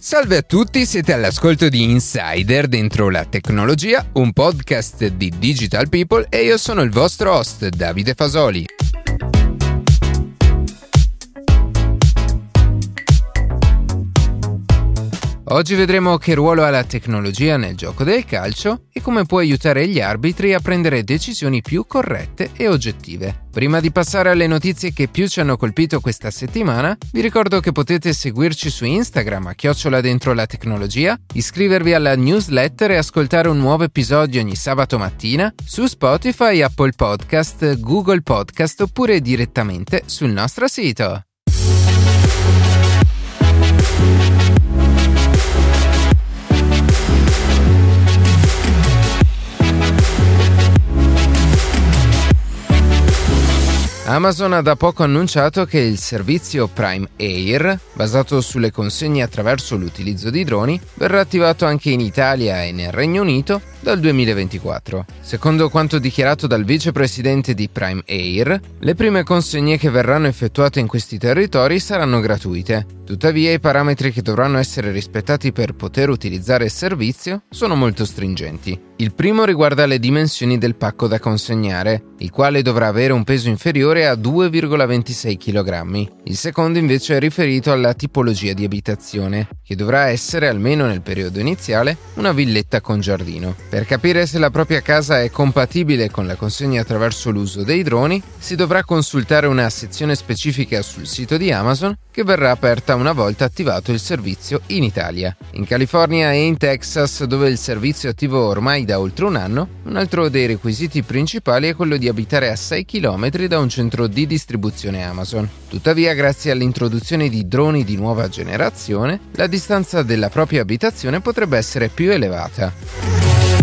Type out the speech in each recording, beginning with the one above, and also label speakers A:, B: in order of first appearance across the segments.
A: Salve a tutti, siete all'ascolto di Insider dentro la tecnologia, un podcast di Digital People e io sono il vostro host Davide Fasoli. Oggi vedremo che ruolo ha la tecnologia nel gioco del calcio e come può aiutare gli arbitri a prendere decisioni più corrette e oggettive. Prima di passare alle notizie che più ci hanno colpito questa settimana, vi ricordo che potete seguirci su Instagram @ dentro la tecnologia, iscrivervi alla newsletter e ascoltare un nuovo episodio ogni sabato mattina su Spotify, Apple Podcast, Google Podcast oppure direttamente sul nostro sito. Amazon ha da poco annunciato che il servizio Prime Air, basato sulle consegne attraverso l'utilizzo di droni, verrà attivato anche in Italia e nel Regno Unito dal 2024. Secondo quanto dichiarato dal vicepresidente di Prime Air, le prime consegne che verranno effettuate in questi territori saranno gratuite. Tuttavia, i parametri che dovranno essere rispettati per poter utilizzare il servizio sono molto stringenti. Il primo riguarda le dimensioni del pacco da consegnare, il quale dovrà avere un peso inferiore a 2,26 kg. Il secondo invece è riferito alla tipologia di abitazione, che dovrà essere, almeno nel periodo iniziale, una villetta con giardino. Per capire se la propria casa è compatibile con la consegna attraverso l'uso dei droni, si dovrà consultare una sezione specifica sul sito di Amazon che verrà aperta una volta attivato il servizio in Italia. In California e in Texas, dove il servizio è attivo ormai da oltre un anno, un altro dei requisiti principali è quello di abitare a 6 km da un centro di distribuzione Amazon. Tuttavia, grazie all'introduzione di droni di nuova generazione, la distanza della propria abitazione potrebbe essere più elevata.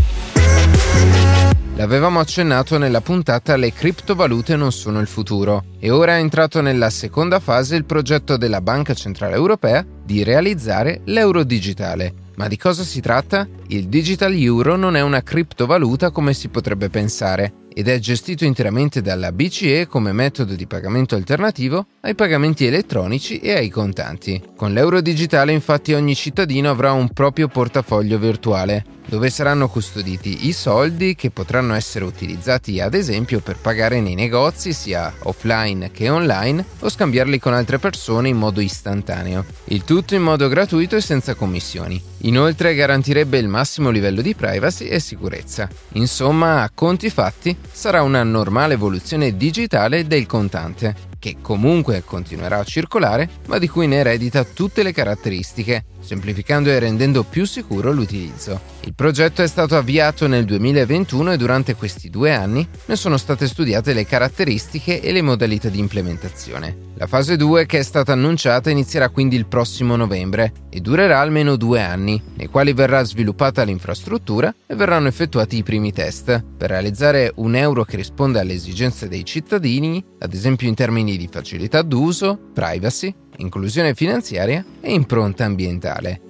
A: L'avevamo accennato nella puntata Le criptovalute non sono il futuro e ora è entrato nella seconda fase il progetto della Banca Centrale Europea di realizzare l'euro digitale. Ma di cosa si tratta? Il Digital Euro non è una criptovaluta come si potrebbe pensare ed è gestito interamente dalla BCE come metodo di pagamento alternativo ai pagamenti elettronici e ai contanti. Con l'euro digitale infatti ogni cittadino avrà un proprio portafoglio virtuale, dove saranno custoditi i soldi che potranno essere utilizzati ad esempio per pagare nei negozi sia offline che online o scambiarli con altre persone in modo istantaneo. Il tutto in modo gratuito e senza commissioni. Inoltre garantirebbe il massimo livello di privacy e sicurezza. Insomma, a conti fatti, sarà una normale evoluzione digitale del contante, che comunque continuerà a circolare, ma di cui ne eredita tutte le caratteristiche, semplificando e rendendo più sicuro l'utilizzo. Il progetto è stato avviato nel 2021 e durante questi 2 anni ne sono state studiate le caratteristiche e le modalità di implementazione. La fase 2, che è stata annunciata, inizierà quindi il prossimo novembre e durerà almeno 2 anni, nei quali verrà sviluppata l'infrastruttura e verranno effettuati i primi test per realizzare un euro che risponda alle esigenze dei cittadini, ad esempio in termini di facilità d'uso, privacy, inclusione finanziaria e impronta ambientale.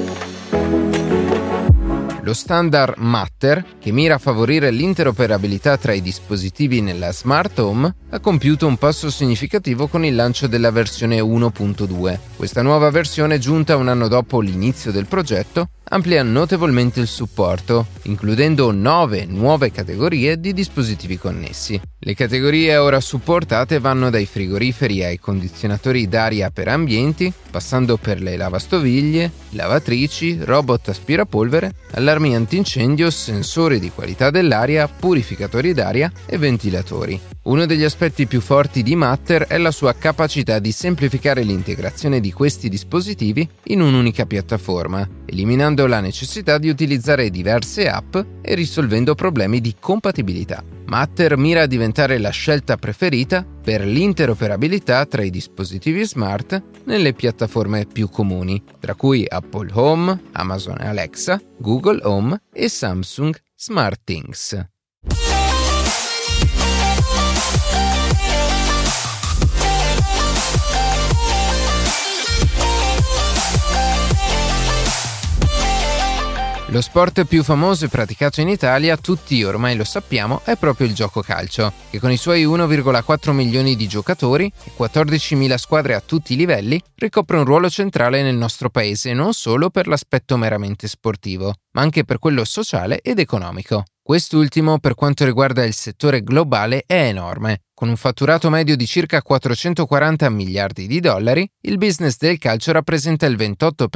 A: Lo standard Matter, che mira a favorire l'interoperabilità tra i dispositivi nella smart home, ha compiuto un passo significativo con il lancio della versione 1.2. Questa nuova versione, giunta un anno dopo l'inizio del progetto, amplia notevolmente il supporto, includendo 9 nuove categorie di dispositivi connessi. Le categorie ora supportate vanno dai frigoriferi ai condizionatori d'aria per ambienti, passando per le lavastoviglie, lavatrici, robot aspirapolvere, allarmi antincendio, sensori di qualità dell'aria, purificatori d'aria e ventilatori. Uno degli aspetti più forti di Matter è la sua capacità di semplificare l'integrazione di questi dispositivi in un'unica piattaforma, eliminando la necessità di utilizzare diverse app e risolvendo problemi di compatibilità. Matter mira a diventare la scelta preferita per l'interoperabilità tra i dispositivi smart nelle piattaforme più comuni, tra cui Apple Home, Amazon Alexa, Google Home e Samsung SmartThings. Lo sport più famoso e praticato in Italia, tutti ormai lo sappiamo, è proprio il gioco calcio, che con i suoi 1,4 milioni di giocatori e 14.000 squadre a tutti i livelli ricopre un ruolo centrale nel nostro paese non solo per l'aspetto meramente sportivo, ma anche per quello sociale ed economico. Quest'ultimo, per quanto riguarda il settore globale, è enorme. Con un fatturato medio di circa 440 miliardi di dollari, il business del calcio rappresenta il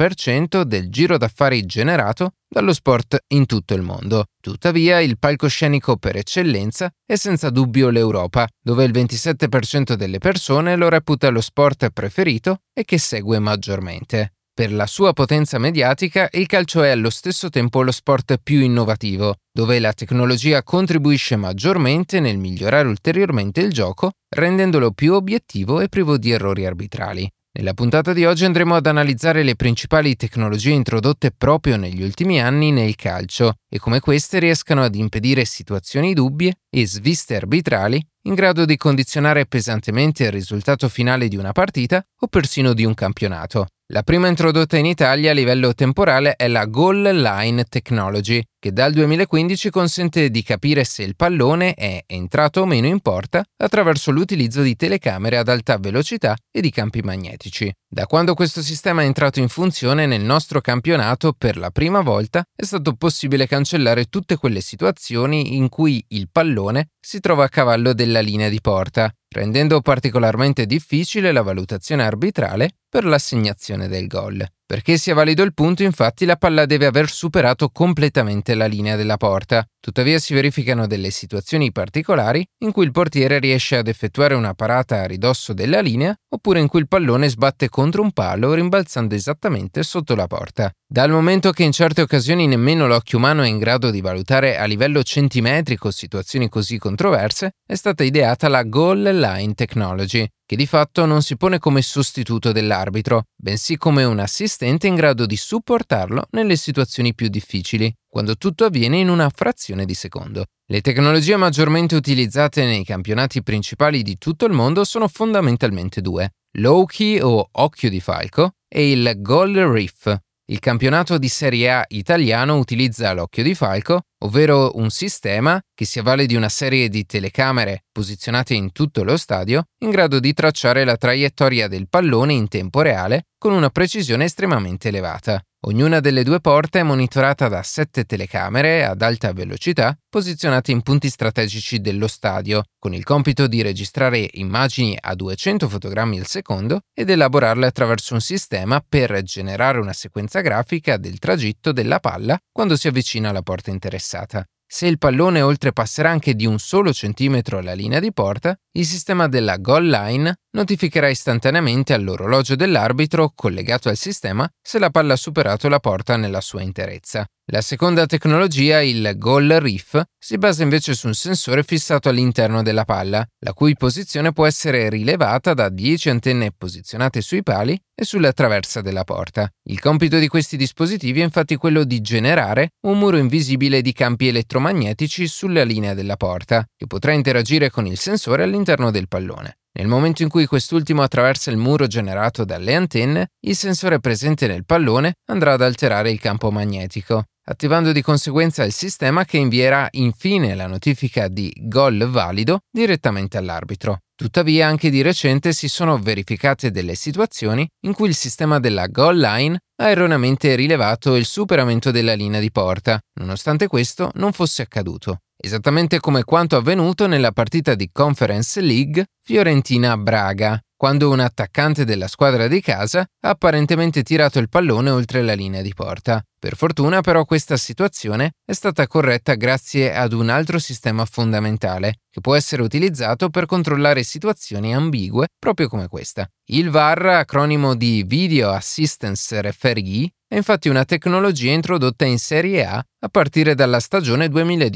A: 28% del giro d'affari generato dallo sport in tutto il mondo. Tuttavia, il palcoscenico per eccellenza è senza dubbio l'Europa, dove il 27% delle persone lo reputa lo sport preferito e che segue maggiormente. Per la sua potenza mediatica, il calcio è allo stesso tempo lo sport più innovativo, dove la tecnologia contribuisce maggiormente nel migliorare ulteriormente il gioco, rendendolo più obiettivo e privo di errori arbitrali. Nella puntata di oggi andremo ad analizzare le principali tecnologie introdotte proprio negli ultimi anni nel calcio e come queste riescano ad impedire situazioni dubbie e sviste arbitrali in grado di condizionare pesantemente il risultato finale di una partita o persino di un campionato. La prima introdotta in Italia a livello temporale è la Goal Line Technology, che dal 2015 consente di capire se il pallone è entrato o meno in porta attraverso l'utilizzo di telecamere ad alta velocità e di campi magnetici. Da quando questo sistema è entrato in funzione nel nostro campionato, per la prima volta è stato possibile cancellare tutte quelle situazioni in cui il pallone si trova a cavallo della linea di porta, rendendo particolarmente difficile la valutazione arbitrale per l'assegnazione del gol. Perché sia valido il punto, infatti, la palla deve aver superato completamente la linea della porta. Tuttavia si verificano delle situazioni particolari in cui il portiere riesce ad effettuare una parata a ridosso della linea oppure in cui il pallone sbatte contro un palo rimbalzando esattamente sotto la porta. Dal momento che in certe occasioni nemmeno l'occhio umano è in grado di valutare a livello centimetrico situazioni così controverse, è stata ideata la Goal Line Technology, che di fatto non si pone come sostituto dell'arbitro, bensì come un assistente in grado di supportarlo nelle situazioni più difficili, quando tutto avviene in una frazione di secondo. Le tecnologie maggiormente utilizzate nei campionati principali di tutto il mondo sono fondamentalmente due: l'Hawkey o occhio di falco e il Goal Reef. Il campionato di Serie A italiano utilizza l'occhio di falco, ovvero un sistema che si avvale di una serie di telecamere posizionate in tutto lo stadio, in grado di tracciare la traiettoria del pallone in tempo reale con una precisione estremamente elevata. Ognuna delle due porte è monitorata da 7 telecamere ad alta velocità posizionate in punti strategici dello stadio, con il compito di registrare immagini a 200 fotogrammi al secondo ed elaborarle attraverso un sistema per generare una sequenza grafica del tragitto della palla quando si avvicina alla porta interessata. Se il pallone oltrepasserà anche di un solo centimetro la linea di porta, il sistema della Goal Line notificherà istantaneamente all'orologio dell'arbitro collegato al sistema se la palla ha superato la porta nella sua interezza. La seconda tecnologia, il Goal Reef, si basa invece su un sensore fissato all'interno della palla, la cui posizione può essere rilevata da 10 antenne posizionate sui pali e sulla traversa della porta. Il compito di questi dispositivi è infatti quello di generare un muro invisibile di campi elettromagnetici sulla linea della porta, che potrà interagire con il sensore all'interno del pallone. Nel momento in cui quest'ultimo attraversa il muro generato dalle antenne, il sensore presente nel pallone andrà ad alterare il campo magnetico, attivando di conseguenza il sistema che invierà infine la notifica di gol valido direttamente all'arbitro. Tuttavia, anche di recente si sono verificate delle situazioni in cui il sistema della Goal Line ha erroneamente rilevato il superamento della linea di porta, nonostante questo non fosse accaduto. Esattamente come quanto avvenuto nella partita di Conference League Fiorentina-Braga, quando un attaccante della squadra di casa ha apparentemente tirato il pallone oltre la linea di porta. Per fortuna però questa situazione è stata corretta grazie ad un altro sistema fondamentale che può essere utilizzato per controllare situazioni ambigue proprio come questa. Il VAR, acronimo di Video Assistance Referee, è infatti una tecnologia introdotta in Serie A partire dalla stagione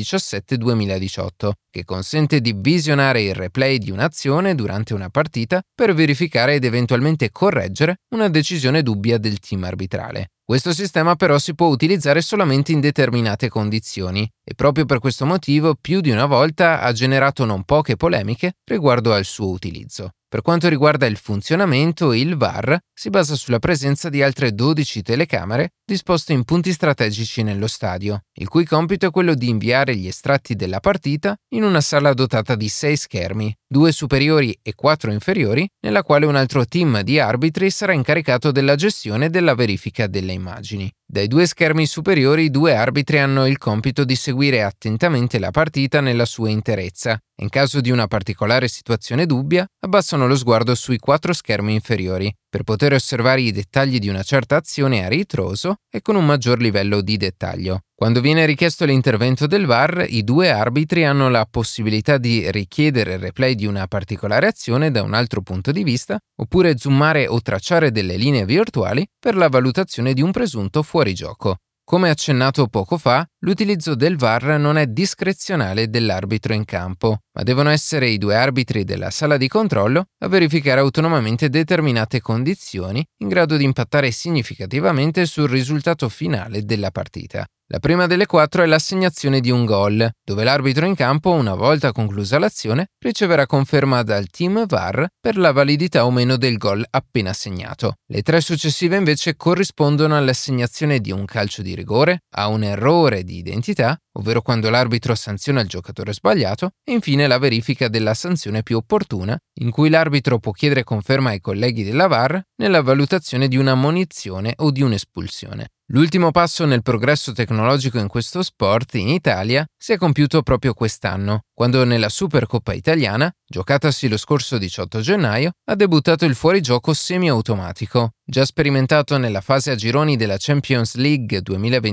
A: 2017-2018, che consente di visionare il replay di un'azione durante una partita per verificare ed eventualmente correggere una decisione dubbia del team arbitrale. Questo sistema però si può utilizzare solamente in determinate condizioni e proprio per questo motivo più di una volta ha generato non poche polemiche riguardo al suo utilizzo. Per quanto riguarda il funzionamento, il VAR si basa sulla presenza di altre 12 telecamere disposte in punti strategici nello stadio, il cui compito è quello di inviare gli estratti della partita in una sala dotata di 6 schermi, 2 superiori e 4 inferiori, nella quale un altro team di arbitri sarà incaricato della gestione e della verifica delle immagini. Dai 2 schermi superiori, 2 arbitri hanno il compito di seguire attentamente la partita nella sua interezza e in caso di una particolare situazione dubbia abbassano lo sguardo sui 4 schermi inferiori per poter osservare i dettagli di una certa azione a ritroso e con un maggior livello di dettaglio. Quando viene richiesto l'intervento del VAR, i 2 arbitri hanno la possibilità di richiedere il replay di una particolare azione da un altro punto di vista, oppure zoomare o tracciare delle linee virtuali per la valutazione di un presunto fuorigioco. Come accennato poco fa, l'utilizzo del VAR non è discrezionale dell'arbitro in campo, ma devono essere i 2 arbitri della sala di controllo a verificare autonomamente determinate condizioni in grado di impattare significativamente sul risultato finale della partita. La prima delle 4 è l'assegnazione di un gol, dove l'arbitro in campo, una volta conclusa l'azione, riceverà conferma dal team VAR per la validità o meno del gol appena segnato. Le 3 successive invece corrispondono all'assegnazione di un calcio di rigore, a un errore di identità, ovvero quando l'arbitro sanziona il giocatore sbagliato, e infine la verifica della sanzione più opportuna, in cui l'arbitro può chiedere conferma ai colleghi della VAR nella valutazione di una ammonizione o di un'espulsione. L'ultimo passo nel progresso tecnologico in questo sport in Italia si è compiuto proprio quest'anno, quando nella Supercoppa italiana, giocatasi lo scorso 18 gennaio, ha debuttato il fuorigioco semiautomatico, già sperimentato nella fase a gironi della Champions League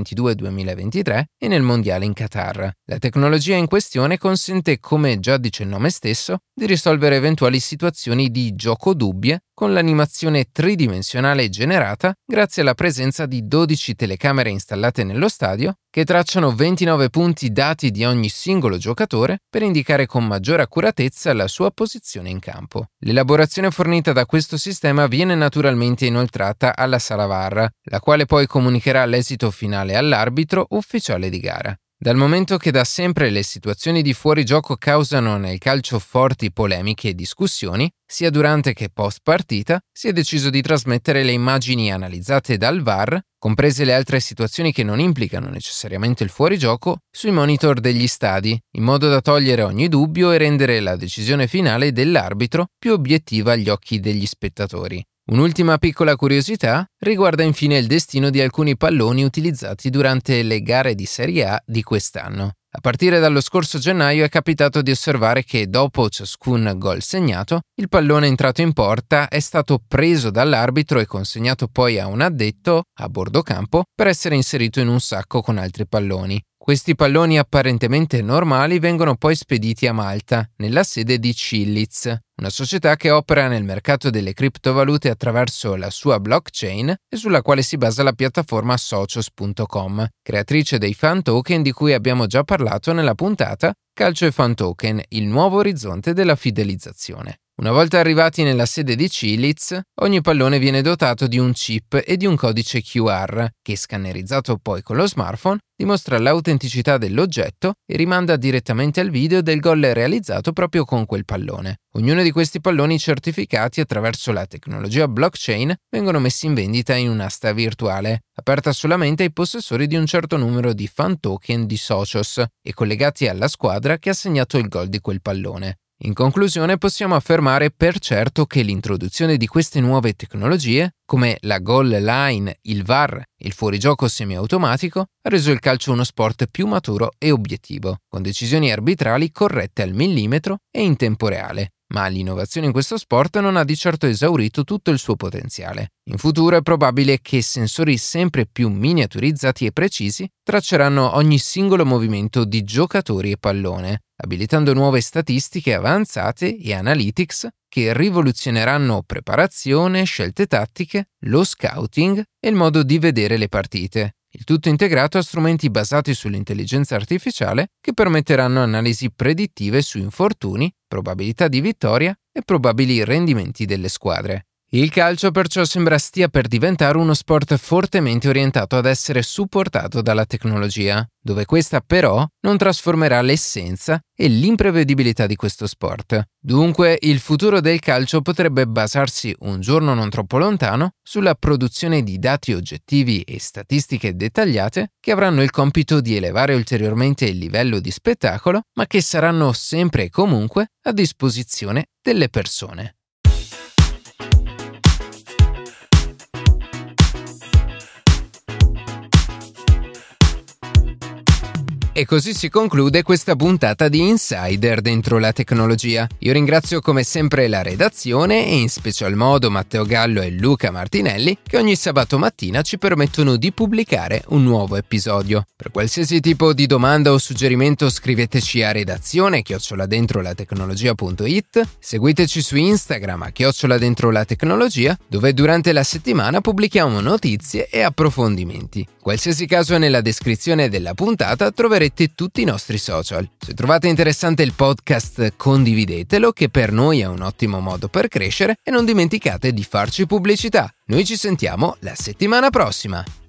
A: 2022-2023 e nel Mondiale in Qatar. La tecnologia in questione consente, come già dice il nome stesso, di risolvere eventuali situazioni di gioco dubbie con l'animazione tridimensionale generata grazie alla presenza di 12 telecamere installate nello stadio che tracciano 29 punti dati di ogni singolo giocatore per indicare con maggiore accuratezza la sua posizione in campo. L'elaborazione fornita da questo sistema viene naturalmente inoltrata alla sala VAR, la quale poi comunicherà l'esito finale all'arbitro ufficiale di gara. Dal momento che da sempre le situazioni di fuorigioco causano nel calcio forti polemiche e discussioni, sia durante che post partita, si è deciso di trasmettere le immagini analizzate dal VAR, comprese le altre situazioni che non implicano necessariamente il fuorigioco, sui monitor degli stadi, in modo da togliere ogni dubbio e rendere la decisione finale dell'arbitro più obiettiva agli occhi degli spettatori. Un'ultima piccola curiosità riguarda infine il destino di alcuni palloni utilizzati durante le gare di Serie A di quest'anno. A partire dallo scorso gennaio è capitato di osservare che dopo ciascun gol segnato, il pallone entrato in porta è stato preso dall'arbitro e consegnato poi a un addetto a bordo campo per essere inserito in un sacco con altri palloni. Questi palloni apparentemente normali vengono poi spediti a Malta, nella sede di Chiliz, una società che opera nel mercato delle criptovalute attraverso la sua blockchain e sulla quale si basa la piattaforma Socios.com, creatrice dei fan token di cui abbiamo già parlato nella puntata Calcio e Fan Token, il nuovo orizzonte della fidelizzazione. Una volta arrivati nella sede di Chiliz, ogni pallone viene dotato di un chip e di un codice QR che, scannerizzato poi con lo smartphone, dimostra l'autenticità dell'oggetto e rimanda direttamente al video del gol realizzato proprio con quel pallone. Ognuno di questi palloni certificati attraverso la tecnologia blockchain vengono messi in vendita in un'asta virtuale, aperta solamente ai possessori di un certo numero di fan token di Socios e collegati alla squadra che ha segnato il gol di quel pallone. In conclusione, possiamo affermare per certo che l'introduzione di queste nuove tecnologie, come la goal line, il VAR e il fuorigioco semiautomatico, ha reso il calcio uno sport più maturo e obiettivo, con decisioni arbitrali corrette al millimetro e in tempo reale. Ma l'innovazione in questo sport non ha di certo esaurito tutto il suo potenziale. In futuro è probabile che sensori sempre più miniaturizzati e precisi tracceranno ogni singolo movimento di giocatori e pallone, abilitando nuove statistiche avanzate e analytics che rivoluzioneranno preparazione, scelte tattiche, lo scouting e il modo di vedere le partite. Il tutto integrato a strumenti basati sull'intelligenza artificiale che permetteranno analisi predittive su infortuni, probabilità di vittoria e probabili rendimenti delle squadre. Il calcio perciò sembra stia per diventare uno sport fortemente orientato ad essere supportato dalla tecnologia, dove questa però non trasformerà l'essenza e l'imprevedibilità di questo sport. Dunque, il futuro del calcio potrebbe basarsi un giorno non troppo lontano sulla produzione di dati oggettivi e statistiche dettagliate che avranno il compito di elevare ulteriormente il livello di spettacolo, ma che saranno sempre e comunque a disposizione delle persone. E così si conclude questa puntata di Insider dentro la tecnologia. Io ringrazio come sempre la redazione e in special modo Matteo Gallo e Luca Martinelli che ogni sabato mattina ci permettono di pubblicare un nuovo episodio. Per qualsiasi tipo di domanda o suggerimento scriveteci a redazione@dentrolatecnologia.it, seguiteci su Instagram @dentrolatecnologia, dove durante la settimana pubblichiamo notizie e approfondimenti. Qualsiasi caso nella descrizione della puntata troverete tutti i nostri social. Se trovate interessante il podcast, condividetelo, che per noi è un ottimo modo per crescere, e non dimenticate di farci pubblicità. Noi ci sentiamo la settimana prossima.